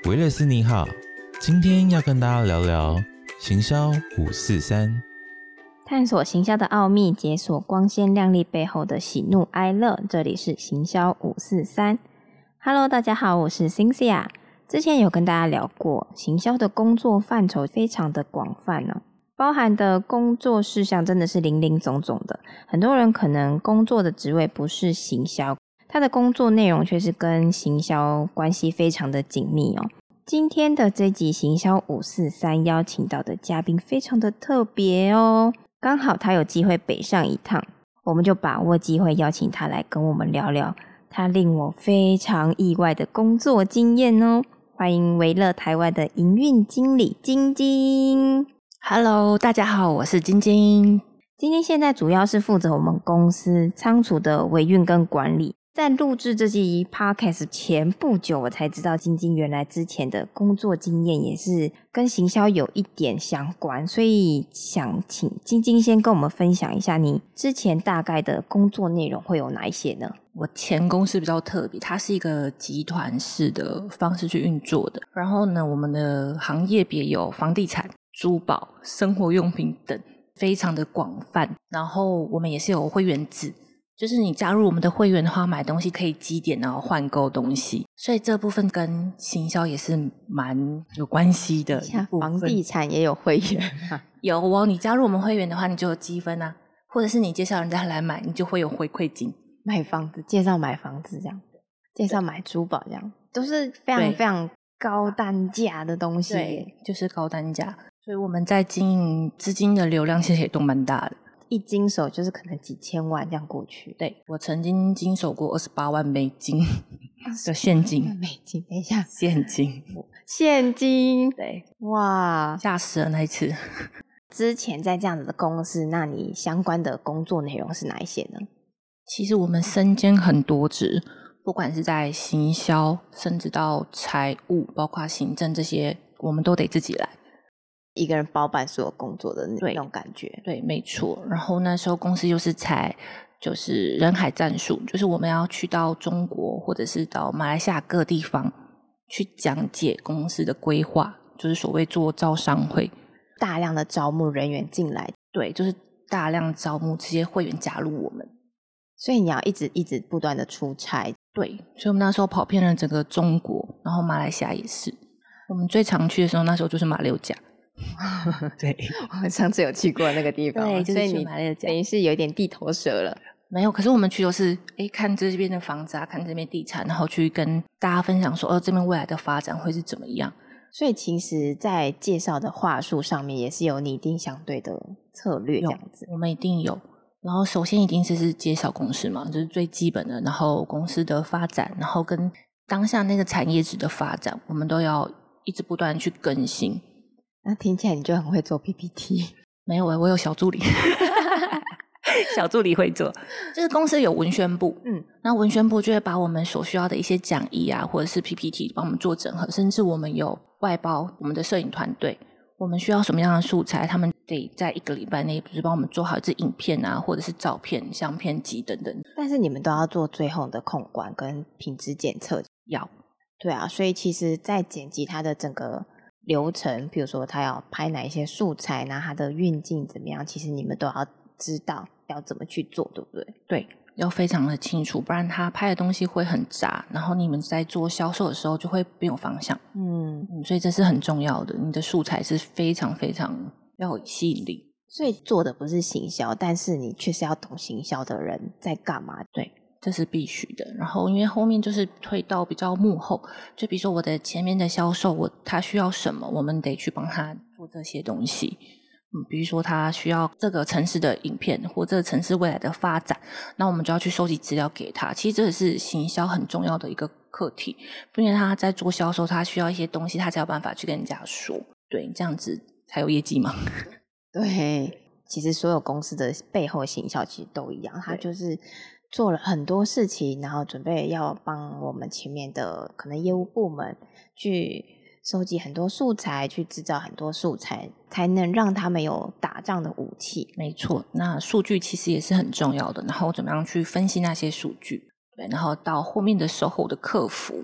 维勒斯你好，今天要跟大家聊聊行销543， 探索行销的奥秘，解锁光鲜亮丽背后的喜怒哀乐。这里是行销543。Hello， 大家好，我是 Cynthia。之前有跟大家聊过，行销的工作范畴非常的广泛哦，包含的工作事项真的是林林总总的。很多人可能工作的职位不是行销，他的工作内容却是跟行销关系非常的紧密哦。今天的这集行销543邀请到的嘉宾非常的特别哦，刚好他有机会北上一趟，我们就把握机会邀请他来跟我们聊聊他令我非常意外的工作经验哦。欢迎维乐台湾的营运经理晶晶。 Hello， 大家好，我是晶晶。 晶晶现在主要是负责我们公司仓储的维运跟管理。在录制这集 podcast 前不久，我才知道晶晶原来之前的工作经验也是跟行销有一点相关，所以想请晶晶先跟我们分享一下你之前大概的工作内容会有哪一些呢？ 我前公司比较特别，它是一个集团式的方式去运作的。然后呢，我们的行业别有房地产、珠宝、生活用品等，非常的广泛。然后我们也是有会员制，就是你加入我们的会员的话，买东西可以积点，然后换购东西。所以这部分跟行销也是蛮有关系的。 像房地产也有会员吗？ 有哦，你加入我们会员的话，你就有积分啊，或者是你介绍人家来买，你就会有回馈金。 买房子，介绍买房子这样，介绍买珠宝这样，都是非常非常高单价的东西。 对，就是高单价。所以我们在经营资金的流量其实也都蛮大的， 一经手就是可能几千万这样过去。 对，我曾经经手过28万美金的现金。 美金，等一下，现金， 对， 哇， 吓死了那一次。 之前在这样子的公司，那你相关的工作内容是哪一些呢？ 其实我们身兼很多职，不管是在行销，甚至到财务，包括行政这些，我们都得自己来。 一个人包办所有工作的那种感觉。 对，没错。然后那时候公司就是人海战术，就是我们要去到中国或者是到马来西亚各地方去讲解公司的规划，就是所谓做招商会， 大量的招募人员进来。 对，就是大量招募这些会员加入我们。 所以你要一直不断的出差。 对，所以我们那时候跑遍了整个中国，然后马来西亚也是。我们最常去的时候，那时候就是马六甲。对， 我们上次有去过那个地方。 对，就是所以你马六甲等于是有点地头蛇了。 没有，可是我们去都是看这边的房子啊，看这边地产，然后去跟大家分享说这边未来的发展会是怎么样。 所以其实在介绍的话术上面也是有拟定相对的策略这样子。 我们一定有。然后首先一定是介绍公司嘛，就是最基本的，然后公司的发展，然后跟当下那个产业值的发展，我们都要一直不断去更新。 那听起来你就很会做 PPT。 没有我有小助理小助理会做，就是公司有文宣部，那文宣部就会把我们所需要的一些讲义啊，或者是 PPT 帮我们做整合，甚至我们有外包我们的摄影团队，我们需要什么样的素材，他们得在1个礼拜内就是帮我们做好这影片啊，或者是照片、相片集等等。 但是你们都要做最后的控管跟品质检测。 要。 对啊，所以其实在剪辑它的整个流程，比如说他要拍哪一些素材，那它的运镜怎么样，其实你们都要知道要怎么去做，对不对？ 对，要非常的清楚，不然他拍的东西会很杂，然后你们在做销售的时候就会没有方向。所以这是很重要的，你的素材是非常非常要有吸引力。 所以做的不是行销，但是你确实要懂行销的人在干嘛。 对，这是必须的。然后因为后面就是推到比较幕后，就比如说我的前面的销售，他需要什么，我们得去帮他做这些东西。比如说他需要这个城市的影片，或这个城市未来的发展，那我们就要去收集资料给他。其实这是行销很重要的一个课题，因为他在做销售，他需要一些东西，他才有办法去跟人家说，对，这样子才有业绩嘛。 对，其实所有公司的背后行销其实都一样，他就是做了很多事情，然后准备要帮我们前面的可能业务部门去收集很多素材，去制造很多素材，才能让他们有打仗的武器。 没错，那数据其实也是很重要的，然后怎么样去分析那些数据，对，然后到后面的售后的客服，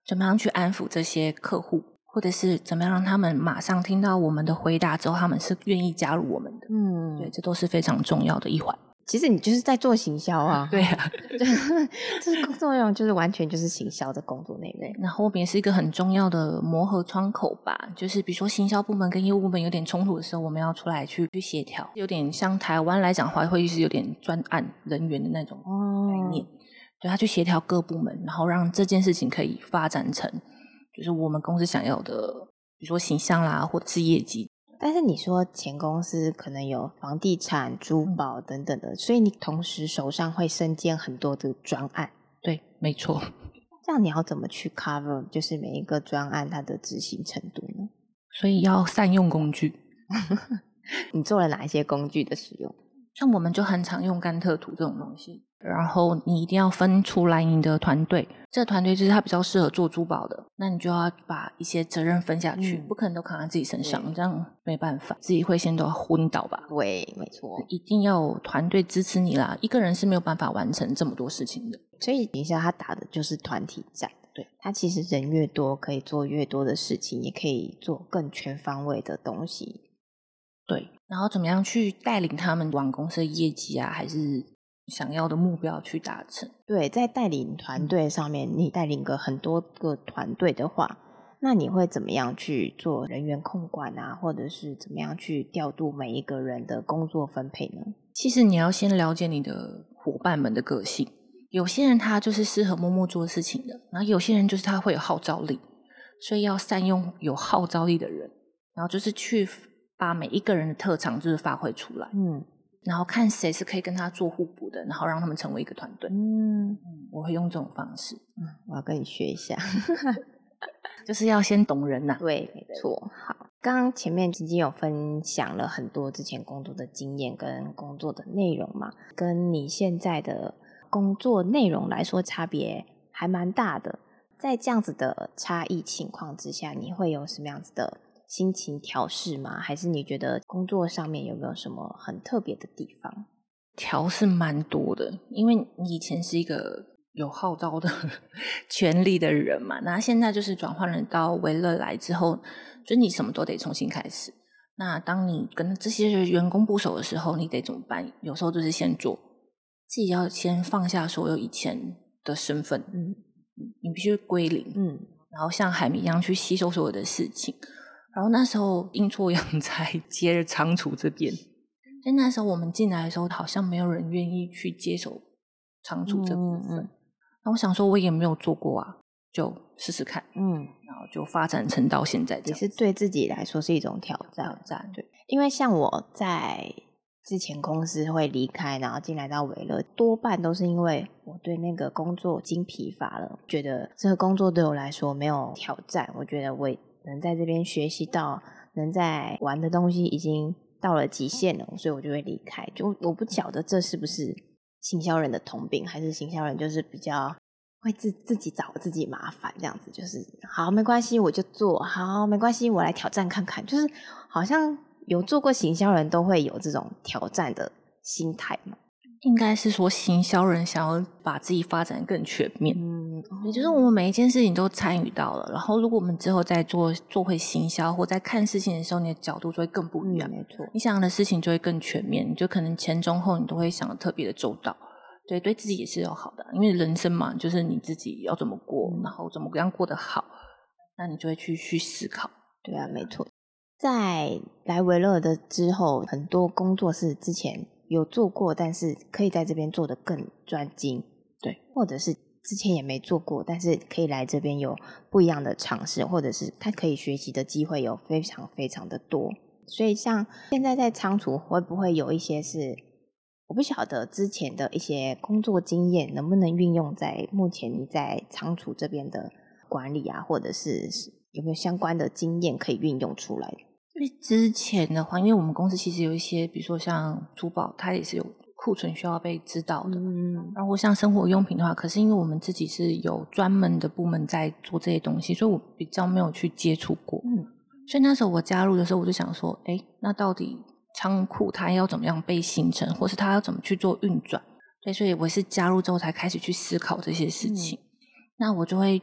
怎么样去安抚这些客户，或者是怎么样让他们马上听到我们的回答之后，他们是愿意加入我们的。对，这都是非常重要的一环。 其实你就是在做行销啊。 对啊， 就是工作内容就是完全就是行销的工作内容。 然后我们也是一个很重要的磨合窗口吧，就是比如说行销部门跟业务部门有点冲突的时候，我们要出来去协调，有点像台湾来讲的话，会是有点专案人员的那种概念。对，他去协调各部门，然后让这件事情可以发展成就是我们公司想要的，比如说形象啦，或者是业绩。 但是你说前公司可能有房地产、珠宝等等的，所以你同时手上会身兼很多的专案。 对，没错。 这样你要怎么去 cover 就是每一个专案它的执行程度呢？ 所以要善用工具。 你做了哪一些工具的使用？ 像我们就很常用甘特图这种东西，然后你一定要分出来你的团队，这个团队就是他比较适合做珠宝的，那你就要把一些责任分下去，不可能都扛在自己身上，这样没办法，自己会先都要昏倒吧。 对，没错， 一定要有团队支持你啦，一个人是没有办法完成这么多事情的。 所以等一下他打的就是团体战。 对， 他其实人越多可以做越多的事情，也可以做更全方位的东西。 对，然后怎么样去带领他们往公司的业绩啊，还是想要的目标去达成。 对，在带领团队上面，你带领很多个团队的话，那你会怎么样去做人员控管啊，或者是怎么样去调度每一个人的工作分配呢？ 其实你要先了解你的伙伴们的个性，有些人他就是适合默默做事情的，然后有些人就是他会有号召力，所以要善用有号召力的人，然后就是去把每一个人的特长就是发挥出来，然后看谁是可以跟他做互补的，然后让他们成为一个团队。我会用这种方式。 我要跟你学一下。 就是要先懂人呐。 对，没错。好，刚刚前面已经有分享了很多之前工作的经验跟工作的内容嘛，跟你现在的工作内容来说差别还蛮大的。在这样子的差异情况之下，你会有什么样子的心情调试吗？还是你觉得工作上面有没有什么很特别的地方？ 调是蛮多的，因为你以前是一个有号召的权力的人嘛，那现在就是转换了到维乐来之后，就你什么都得重新开始。那当你跟这些员工不熟的时候，你得怎么办？有时候就是先做，自己要先放下所有以前的身份，你必须归零，然后像海绵一样去吸收所有的事情。然后那时候阴错阳差接了仓储这边，所以那时候我们进来的时候，好像没有人愿意去接手仓储这部分。那我想说，我也没有做过啊，就试试看。然后就发展成到现在这样， 也是对自己来说是一种挑战。对，因为像我在之前公司会离开，然后进来到维乐，多半都是因为我对那个工作已经疲乏了，觉得这个工作对我来说没有挑战，我觉得我能在这边学习到能在玩的东西已经到了极限了，所以我就会离开。就我不晓得这是不是行销人的通病，还是行销人就是比较会自己找自己麻烦，这样子就是好没关系我就做，好没关系我来挑战看看，就是好像有做过行销人都会有这种挑战的心态嘛。 应该是说行销人想要把自己发展更全面，也就是我们每一件事情都参与到了，然后如果我们之后再做回行销或在看事情的时候，你的角度就会更不一样， 没错， 你想的事情就会更全面，你就可能前中后你都会想的特别的周到，对自己也是有好的，因为人生嘛，就是你自己要怎么过，然后怎么样过得好，那你就会去思考。 对啊，没错。在来维乐的之后，很多工作是之前有做过，但是可以在这边做得更专精， 对， 或者是之前也没做过，但是可以来这边有不一样的尝试，或者是他可以学习的机会有非常非常的多。所以像现在在仓储会不会有一些是我不晓得之前的一些工作经验能不能运用在目前你在仓储这边的管理啊，或者是有没有相关的经验可以运用出来？ 因为之前的话，因为我们公司其实有一些比如说像珠宝，它也是有库存需要被知道的，然后像生活用品的话，可是因为我们自己是有专门的部门在做这些东西，所以我比较没有去接触过，所以那时候我加入的时候我就想说，那到底仓库它要怎么样被形成，或是它要怎么去做运转，对，所以我是加入之后才开始去思考这些事情，那我就会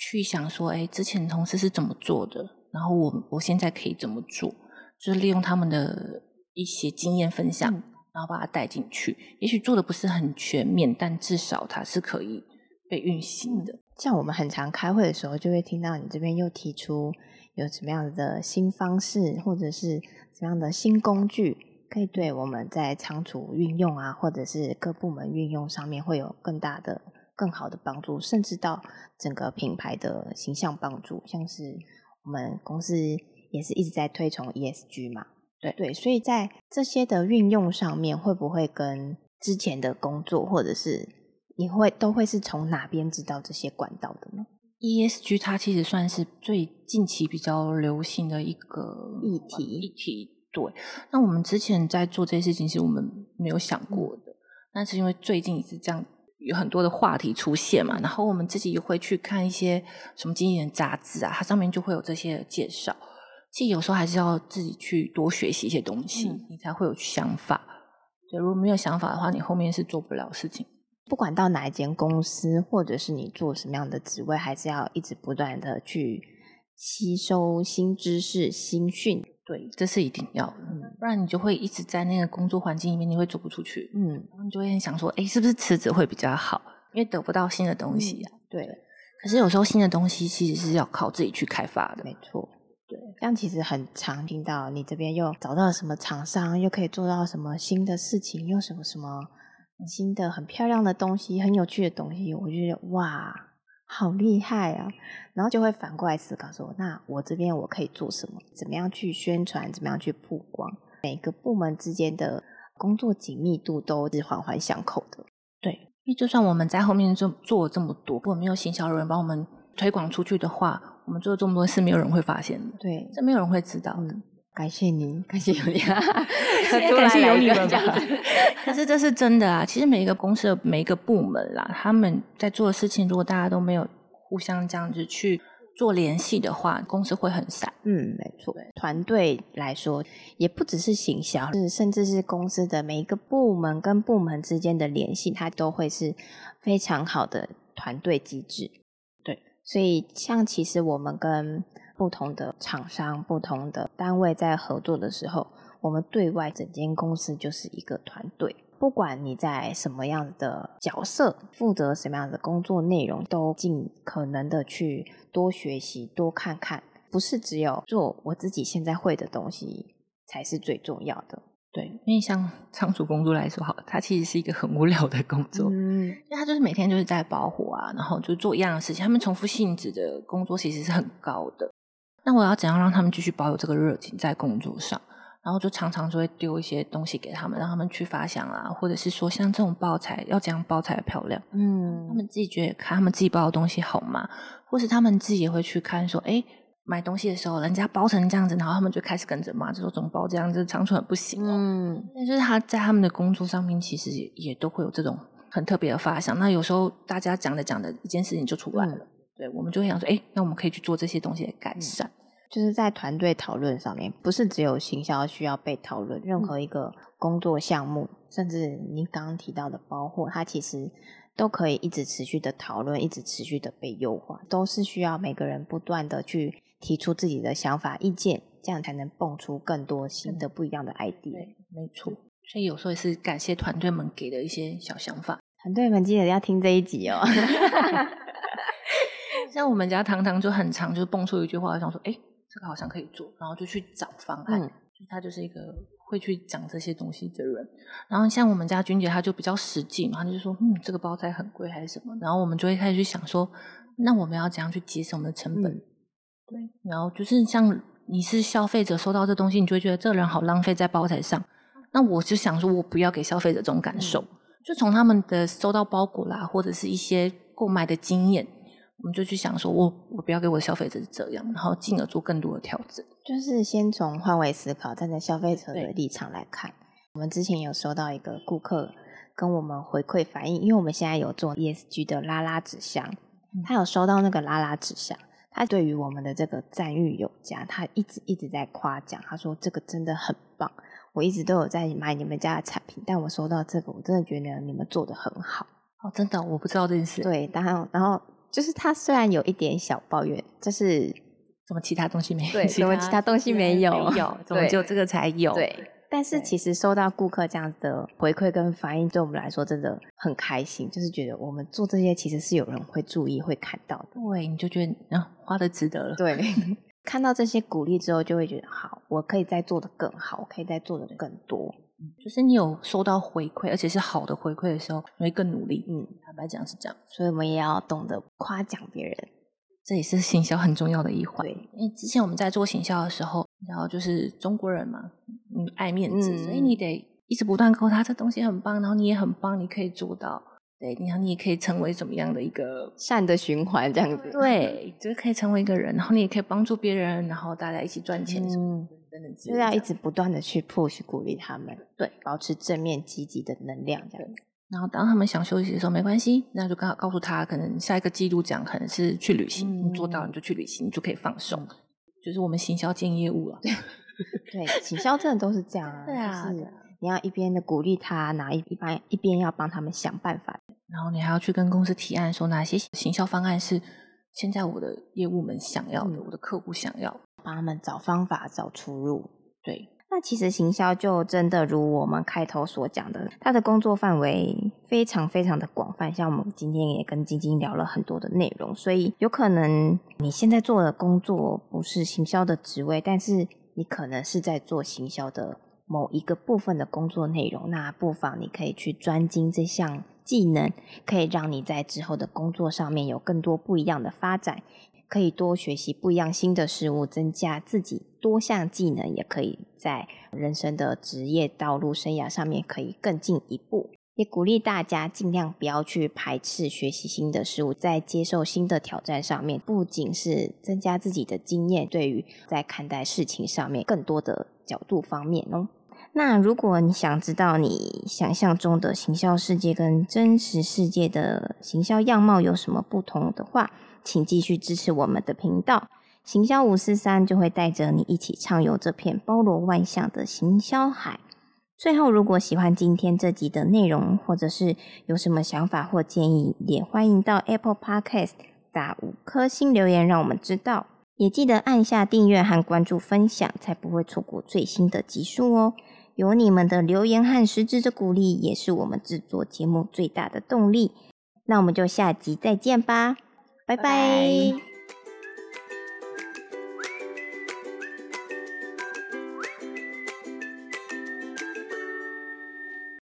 去想说，之前同事是怎么做的，然后我现在可以怎么做，就是利用他们的一些经验分享，然后把它带进去。也许做的不是很全面，但至少它是可以被运行的。 像我们很常开会的时候，就会听到你这边又提出有什么样的新方式，或者是什么样的新工具，可以对我们在仓储运用啊，或者是各部门运用上面会有更好的帮助，甚至到整个品牌的形象帮助。像是我们公司也是一直在推崇 ESG 嘛，对，所以在这些的运用上面，会不会跟之前的工作，或者是你都会是从哪边知道这些管道的呢？ ESG 它其实算是最近期比较流行的一个议题。 对，那我们之前在做这些事情是我们没有想过的，但是因为最近是这样有很多的话题出现嘛，然后我们自己也会去看一些什么经纪人杂志啊，它上面就会有这些介绍。其实有时候还是要自己去多学习一些东西，你才会有想法。对，如果没有想法的话，你后面是做不了事情。 不管到哪一间公司，或者是你做什么样的职位，还是要一直不断的去吸收新知识、新讯。 对，这是一定要的，不然你就会一直在那个工作环境里面，你会走不出去。然后你就会想说，是不是辞职会比较好？因为得不到新的东西啊。 对， 可是有时候新的东西其实是要靠自己去开发的。 没错，对，这样其实很常听到你这边又找到了什么厂商，又可以做到什么新的事情，又什么新的很漂亮的东西，很有趣的东西，我就觉得哇，好厉害啊！然后就会反过来思考说，那我这边我可以做什么？怎么样去宣传？怎么样去曝光？每个部门之间的工作紧密度都是环环相扣的。 对，因为就算我们在后面做了这么多，如果没有行销人帮我们推广出去的话，我们做了这么多事，没有人会发现的。 对， 这没有人会知道的。 感谢你，感谢有你， 感谢有你们吧。可是这是真的啊！其实每一个公司的每一个部门啦，他们在做的事情，如果大家都没有互相这样子去做联系的话，公司会很散。 没错。团队来说，也不只是行销，甚至是公司的每一个部门跟部门之间的联系，它都会是非常好的团队机制。 对， 所以像其实我们跟不同的厂商、不同的单位在合作的时候，我们对外整间公司就是一个团队。不管你在什么样的角色，负责什么样的工作内容，都尽可能的去多学习、多看看，不是只有做我自己现在会的东西才是最重要的。 对，因为像仓储工作来说好了，它其实是一个很无聊的工作，因为它就是每天就是在包货啊，然后就做一样的事情，他们重复性质的工作其实是很高的。那我要怎样让他们继续保有这个热情在工作上？然后就常常就会丢一些东西给他们，让他们去发想啊，或者是说像这种包材要怎样包才漂亮，他们自己觉得看他们自己包的东西好吗？或是他们自己也会去看说，买东西的时候人家包成这样子，然后他们就开始跟着骂，就说怎么包这样子，仓储很不行哦。但就是他在他们的工作上面，其实也都会有这种很特别的发想。那有时候大家讲的一件事情就出来了，对，我们就会想说，那我们可以去做这些东西的改善。 就是在团队讨论上面，不是只有行销需要被讨论，任何一个工作项目，甚至你刚刚提到的包货，它其实都可以一直持续的讨论，一直持续的被优化，都是需要每个人不断的去提出自己的想法意见，这样才能蹦出更多新的不一样的 idea。 对，没错。所以有时候也是感谢团队们给的一些小想法。 团队们记得要听这一集哦。 像我们家堂堂就很常就蹦出一句话，想说这个好像可以做，然后就去找方案。就他就是一个会去讲这些东西的人。然后像我们家君姐，她就比较实际嘛，她就说这个包材很贵还是什么，然后我们就会开始去想说，那我们要怎样去节省我们的成本。对，然后就是像你是消费者收到这东西，你就会觉得这个人好浪费在包材上，那我就想说我不要给消费者这种感受。就从他们的收到包裹啦，或者是一些购买的经验，我们就去想说我不要给我的消费者是这样，然后进而做更多的调整。 就是先从换位思考，站在消费者的立场来看。我们之前有收到一个顾客跟我们回馈反映，因为我们现在有做 ESG 的拉拉纸箱，他有收到那个拉拉纸箱，他对于我们的这个赞誉有加，他一直在夸奖，他说这个真的很棒，我一直都有在买你们家的产品，但我收到这个我真的觉得你们做得很好。 真的我不知道这件事。 对，然后就是他虽然有一点小抱怨，就是什么其他东西没有， 对，什么其他东西没有， 怎么就这个才有？ 对。但是其实收到顾客这样子的回馈跟反应，对我们来说真的很开心，就是觉得我们做这些其实是有人会注意会看到的。 对，你就觉得花的值得了。 对，看到这些鼓励之后就会觉得好，我可以再做得更好，我可以再做得更多。 就是你有收到回馈，而且是好的回馈的时候，你会更努力。坦白讲是这样， 所以我们也要懂得夸奖别人， 这也是行销很重要的一环。因为之前我们在做行销的时候，然后就是中国人嘛，爱面子，所以你得一直不断告诉他这东西很棒，然后你也很棒，你可以做到。对，然后你也可以成为怎么样的一个善的循环这样子。 对，就是可以成为一个人，然后你也可以帮助别人，然后大家一起赚钱什么的。 就是要一直不断的去 push 鼓励他们，对，保持正面积极的能量这样子。 然后当他们想休息的时候没关系，那就刚好告诉他，可能下一个季度讲可能是去旅行，你做到你就去旅行，你就可以放松。就是我们行销兼业务了。 对，行销真的都是这样啊。 对啊， 就是你要一边的鼓励他，一边要帮他们想办法， 然后你还要去跟公司提案说哪些行销方案是现在我的业务们想要的，我的客户想要， 帮他们找方法找出路。 对， 那其实行销就真的如我们开头所讲的，它的工作范围非常非常的广泛，像我们今天也跟晶晶聊了很多的内容，所以有可能你现在做的工作不是行销的职位，但是你可能是在做行销的某一个部分的工作内容，那不妨你可以去专精这项技能，可以让你在之后的工作上面有更多不一样的发展，可以多学习不一样新的事物，增加自己多项技能，也可以在人生的职业道路生涯上面可以更进一步。也鼓励大家尽量不要去排斥学习新的事物，在接受新的挑战上面，不仅是增加自己的经验，对于在看待事情上面更多的角度方面哦。那如果你想知道你想象中的行销世界跟真实世界的行销样貌有什么不同的话，请继续支持我们的频道，行销543就会带着你一起畅游这片包罗万象的行销海。最后，如果喜欢今天这集的内容，或者是有什么想法或建议，也欢迎到 Apple Podcast 打5颗星留言让我们知道，也记得按下订阅和关注分享，才不会错过最新的集数哦。有你们的留言和实质的鼓励，也是我们制作节目最大的动力。那我们就下集再见吧，拜拜。